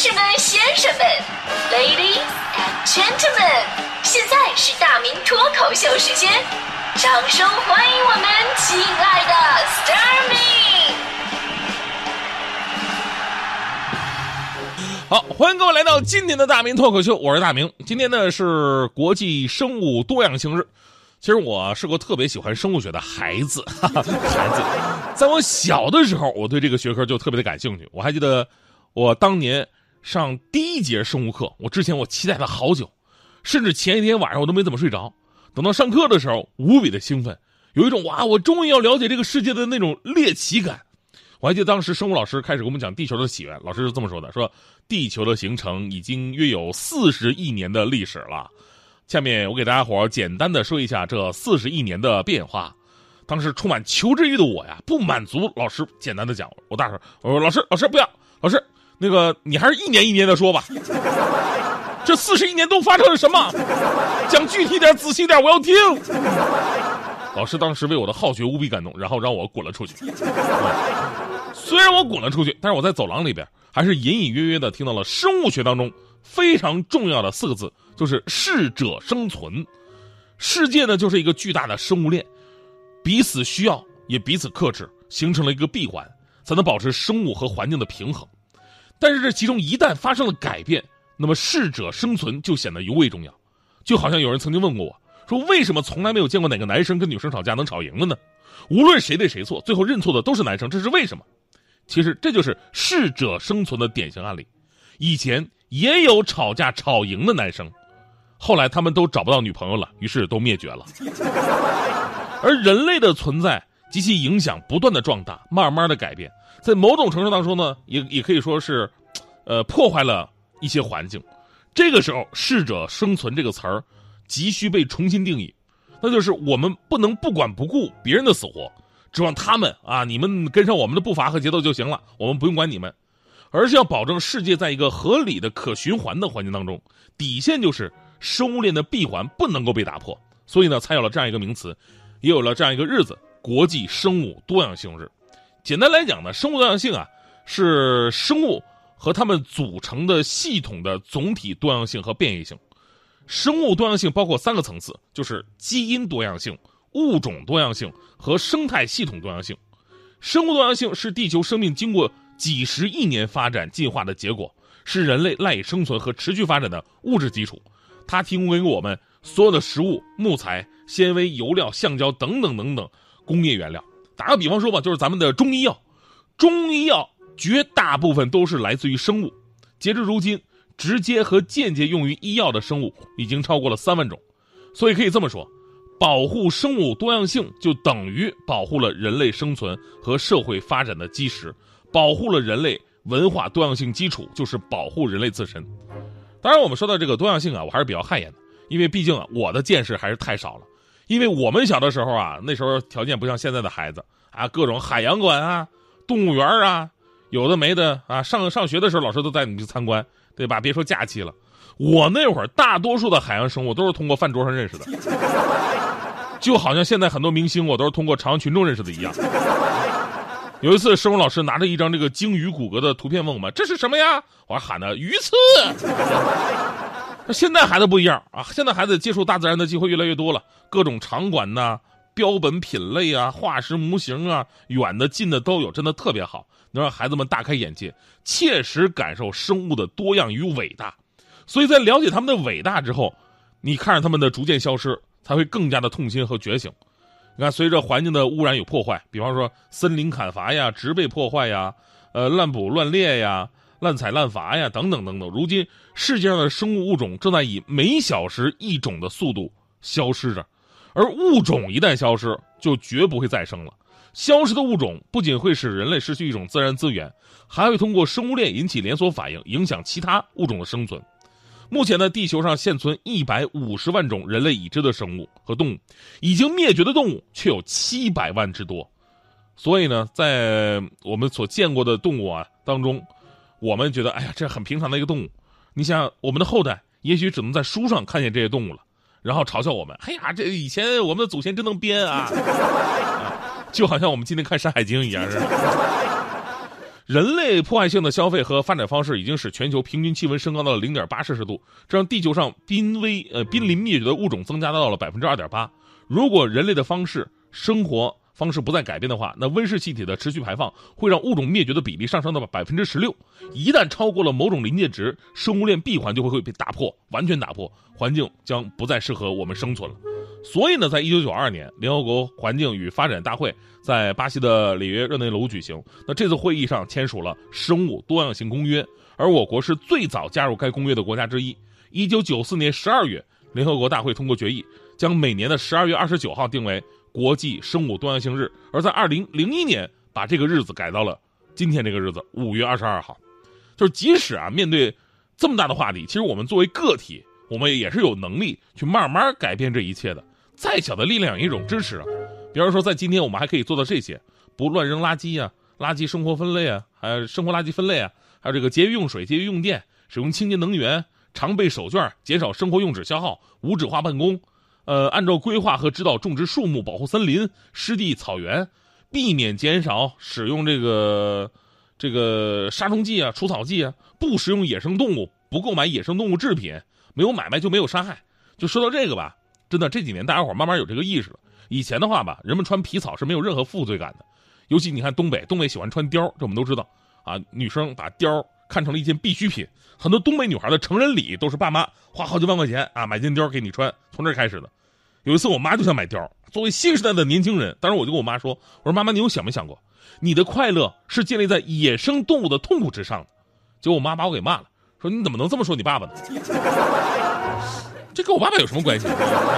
士们、先生们 ，Ladies and Gentlemen， 现在是大明脱口秀时间，掌声欢迎我们亲爱的 Starmin。 好，欢迎各位来到今天的大明脱口秀，我是大明。今天呢是国际生物多样性日。其实我是个特别喜欢生物学的孩子，在我小的时候，我对这个学科就特别的感兴趣。我还记得我当年上第一节生物课，我期待了好久，甚至前一天晚上我都没怎么睡着。等到上课的时候，无比的兴奋，有一种哇，我终于要了解这个世界的那种猎奇感。我还记得当时生物老师开始给我们讲地球的起源，老师是这么说的，说地球的形成已经约有40亿年的历史了。下面我给大家伙简单的说一下这40亿年的变化。当时充满求知欲的我呀，不满足老师简单的讲，我大声我说老师不要，老师那个你还是一年一年的说吧。这40亿年都发生了什么？讲具体点，仔细点，我要听。老师当时为我的好学无比感动，然后让我滚了出去。虽然我滚了出去，但是我在走廊里边还是隐隐约约的听到了生物学当中非常重要的4个字，就是适者生存。世界呢就是一个巨大的生物链，彼此需要也彼此克制，形成了一个闭环，才能保持生物和环境的平衡。但是这其中一旦发生了改变，那么适者生存就显得尤为重要。就好像有人曾经问过我，说为什么从来没有见过哪个男生跟女生吵架能吵赢的呢？无论谁对谁错，最后认错的都是男生，这是为什么？其实这就是适者生存的典型案例。以前也有吵架吵赢的男生，后来他们都找不到女朋友了，于是都灭绝了。而人类的存在及其影响不断的壮大，慢慢的改变，在某种程度当中呢，也可以说是破坏了一些环境。这个时候适者生存这个词儿急需被重新定义，那就是我们不能不管不顾别人的死活，指望他们啊，你们跟上我们的步伐和节奏就行了，我们不用管你们，而是要保证世界在一个合理的可循环的环境当中，底线就是生物链的闭环不能够被打破。所以呢，才有了这样一个名词，也有了这样一个日子，国际生物多样性日。简单来讲呢，生物多样性啊，是生物和它们组成的系统的总体多样性和变异性。生物多样性包括3个层次，就是基因多样性、物种多样性和生态系统多样性。生物多样性是地球生命经过几十亿年发展进化的结果，是人类赖以生存和持续发展的物质基础。它提供给我们所有的食物、木材、纤维、油料、橡胶等等等等工业原料。打个比方说吧，就是咱们的中医药，绝大部分都是来自于生物。截至如今，直接和间接用于医药的生物已经超过了3万种。所以可以这么说，保护生物多样性就等于保护了人类生存和社会发展的基石，保护了人类文化多样性基础，就是保护人类自身。当然我们说到这个多样性啊，我还是比较汗颜的，因为毕竟啊，我的见识还是太少了。因为我们小的时候啊，那时候条件不像现在的孩子啊，各种海洋馆啊、动物园啊，有的没的啊，上学的时候老师都带你去参观，对吧？别说假期了，我那会儿大多数的海洋生物都是通过饭桌上认识的，就好像现在很多明星我都是通过朝阳群众认识的一样。有一次生物老师拿着一张这个鲸鱼骨骼的图片问我们，这是什么呀？我喊的鱼刺。现在孩子不一样啊，现在孩子接触大自然的机会越来越多了，各种场馆呐、标本品类啊、化石模型啊，远的近的都有，真的特别好，能让孩子们大开眼界，切实感受生物的多样与伟大。所以在了解他们的伟大之后，你看着他们的逐渐消失，才会更加的痛心和觉醒。你看，随着环境的污染与破坏，比方说森林砍伐呀、植被破坏呀、滥捕乱猎呀、滥采滥伐呀等等等等，如今世界上的生物物种正在以每小时1种的速度消失着。而物种一旦消失，就绝不会再生了。消失的物种不仅会使人类失去一种自然资源，还会通过生物链引起连锁反应，影响其他物种的生存。目前呢，地球上现存150万种人类已知的生物和动物，已经灭绝的动物却有700万之多。所以呢，在我们所见过的动物啊当中，我们觉得哎呀，这很平常的一个动物。你想，我们的后代也许只能在书上看见这些动物了，然后嘲笑我们，哎呀，这以前我们的祖先真能编啊，就好像我们今天看《山海经》一样似的。 人类破坏性的消费和发展方式已经使全球平均气温升高到了0.8摄氏度，这让地球上濒临灭绝的物种增加到了2.8%。如果人类的生活方式不再改变的话，那温室气体的持续排放会让物种灭绝的比例上升到16%。一旦超过了某种临界值，生物链闭环就会被打破，完全打破，环境将不再适合我们生存了。所以呢，在1992年，联合国环境与发展大会在巴西的里约热内卢举行。那这次会议上签署了生物多样性公约，而我国是最早加入该公约的国家之一。1994年12月，联合国大会通过决议，将每年的12月29号定为国际生物多样性日，而在2001年把这个日子改到了今天这个日子5月22号。就是即使面对这么大的话题，其实我们作为个体，我们也是有能力去慢慢改变这一切的。再小的力量也一种支持啊。比方说在今天我们还可以做到这些：不乱扔垃圾啊，垃圾生活分类啊，还有生活垃圾分类啊，还有这个节约用水、节约用电，使用清洁能源，常备手绢，减少生活用纸消耗，无纸化办公，按照规划和指导种植树木，保护森林、湿地、草原，避免减少使用这个杀虫剂啊、除草剂啊，不食用野生动物，不购买野生动物制品，没有买卖就没有杀害。就说到这个吧，真的这几年大家伙慢慢有这个意识了。以前的话吧，人们穿皮草是没有任何负罪感的，尤其你看东北喜欢穿貂，这我们都知道啊，女生把貂看成了一件必需品，很多东北女孩的成人礼都是爸妈花好几万块钱啊买件貂给你穿，从这儿开始的。有一次我妈就想买貂，作为新时代的年轻人，当时我就跟我妈说，我说妈妈，你有想没想过，你的快乐是建立在野生动物的痛苦之上的。结果我妈把我给骂了，说你怎么能这么说你爸爸呢？这跟我爸爸有什么关系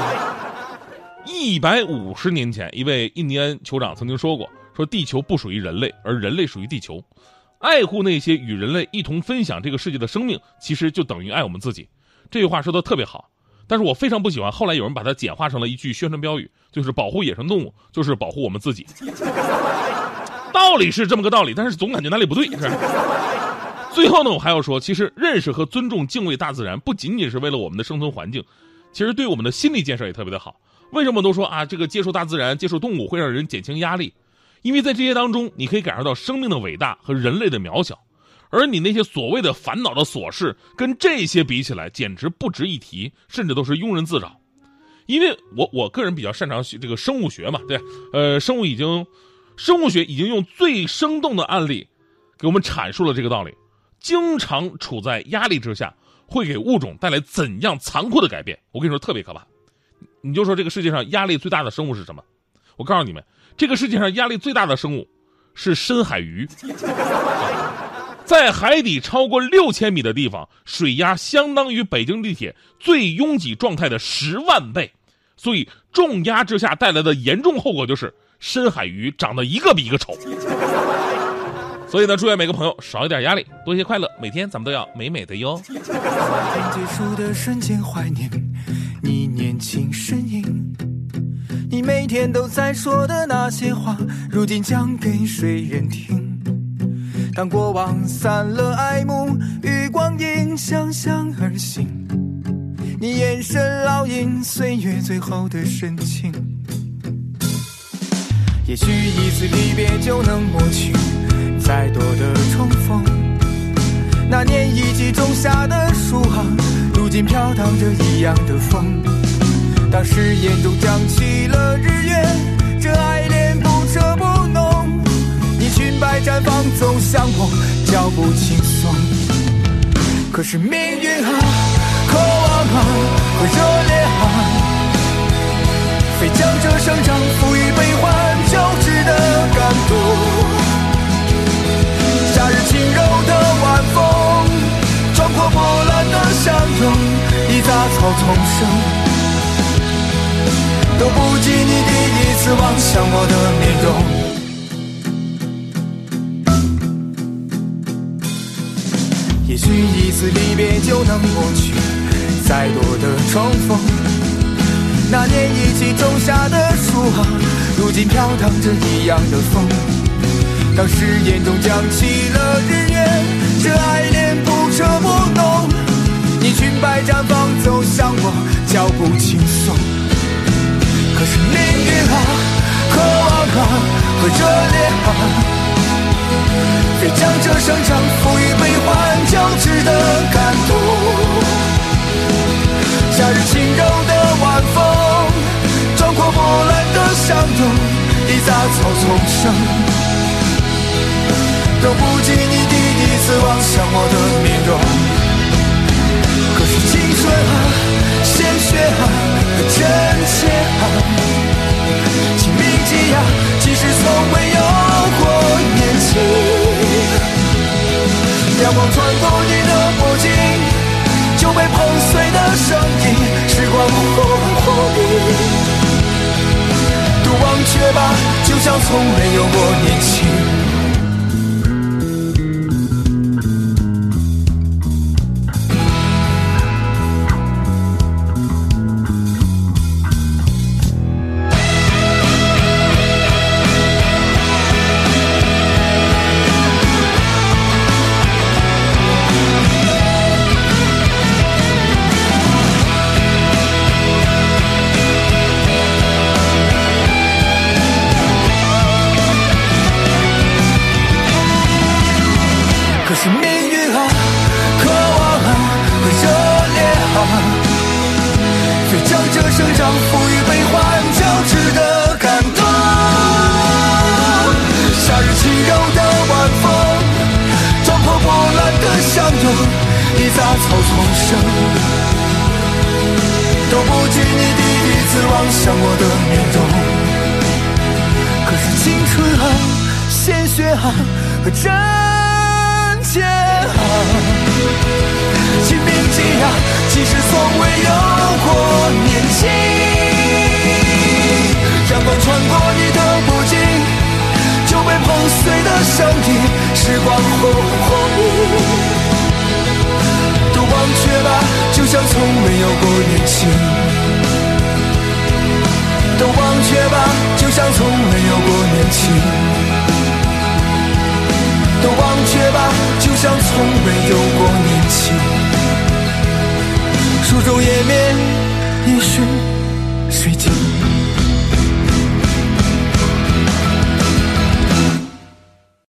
？150年前，一位印第安酋长曾经说过，说地球不属于人类，而人类属于地球。爱护那些与人类一同分享这个世界的生命，其实就等于爱我们自己。这句话说的特别好，但是我非常不喜欢后来有人把它简化成了一句宣传标语，就是保护野生动物就是保护我们自己。道理是这么个道理，但是总感觉哪里不对，是。最后呢，我还要说，其实认识和尊重、敬畏大自然，不仅仅是为了我们的生存环境，其实对我们的心理建设也特别的好。为什么都说这个接触大自然、接触动物会让人减轻压力？因为在这些当中，你可以感受到生命的伟大和人类的渺小，而你那些所谓的烦恼的琐事，跟这些比起来，简直不值一提，甚至都是庸人自扰。因为我个人比较擅长这个生物学嘛，对，生物学已经用最生动的案例给我们阐述了这个道理。经常处在压力之下，会给物种带来怎样残酷的改变？我跟你说，特别可怕。你就说这个世界上压力最大的生物是什么？我告诉你们，这个世界上压力最大的生物是深海鱼。在海底超过6000米的地方，水压相当于北京地铁最拥挤状态的10万倍，所以重压之下带来的严重后果就是深海鱼长得一个比一个丑。所以呢，祝愿每个朋友少一点压力，多一些快乐，每天咱们都要美美的哟。 结束的瞬间怀念你年轻身影，你每天都在说的那些话，如今讲给谁人听？当过往散了爱慕与光阴相向而行，你眼神烙印岁月最后的深情。也许一次离别就能抹去再多的重逢，那年一起种下的树如今飘荡着一样的风。当誓言中降起了日月，这爱恋不遮不浓，你裙摆绽放走向我，脚步轻松。可是命运渴望和热烈非将这生长赋予悲欢交织的感动。夏日轻柔的晚风，壮阔波澜的相拥，一杂草丛生，都不及你第一次望向我的面容。也许一次离别就能抹去再多的重逢，那年一起种下的树如今飘荡着一样的风。当誓言中降起了日月，这爱恋不遮不浓，你裙摆绽放走向我，脚步轻松。可是命运渴望和热烈飞将这生长赋予悲欢交织的感动。夏日轻柔的晚风，壮阔波澜的向东，一杂草丛生，都不及你第一次望向我的面容。可是青春啊，鲜血啊，真切啊，请铭记啊，即使从未有过年轻。阳光穿过你的脖颈，就被碰碎的声音，时光忽冷忽冰。都忘却吧，就像从没有过年轻。可是命运啊，渴望啊，和热烈啊，非将这生长赋予悲欢交织的感动。夏日轻柔的晚风，撞破波澜的相拥，一杂草丛生，都不及你第一次望向我的面容。可是青春啊，鲜血啊，和真切啊，请铭记啊，即使从未有过年轻。阳光穿过你的脖颈，就被碰碎的声音，时光忽冷忽冰。都忘却吧，就像从没有过年轻。都忘却吧，就像从没有过年轻。都忘却吧，就像从未有过年轻。书中页面，也许水晶。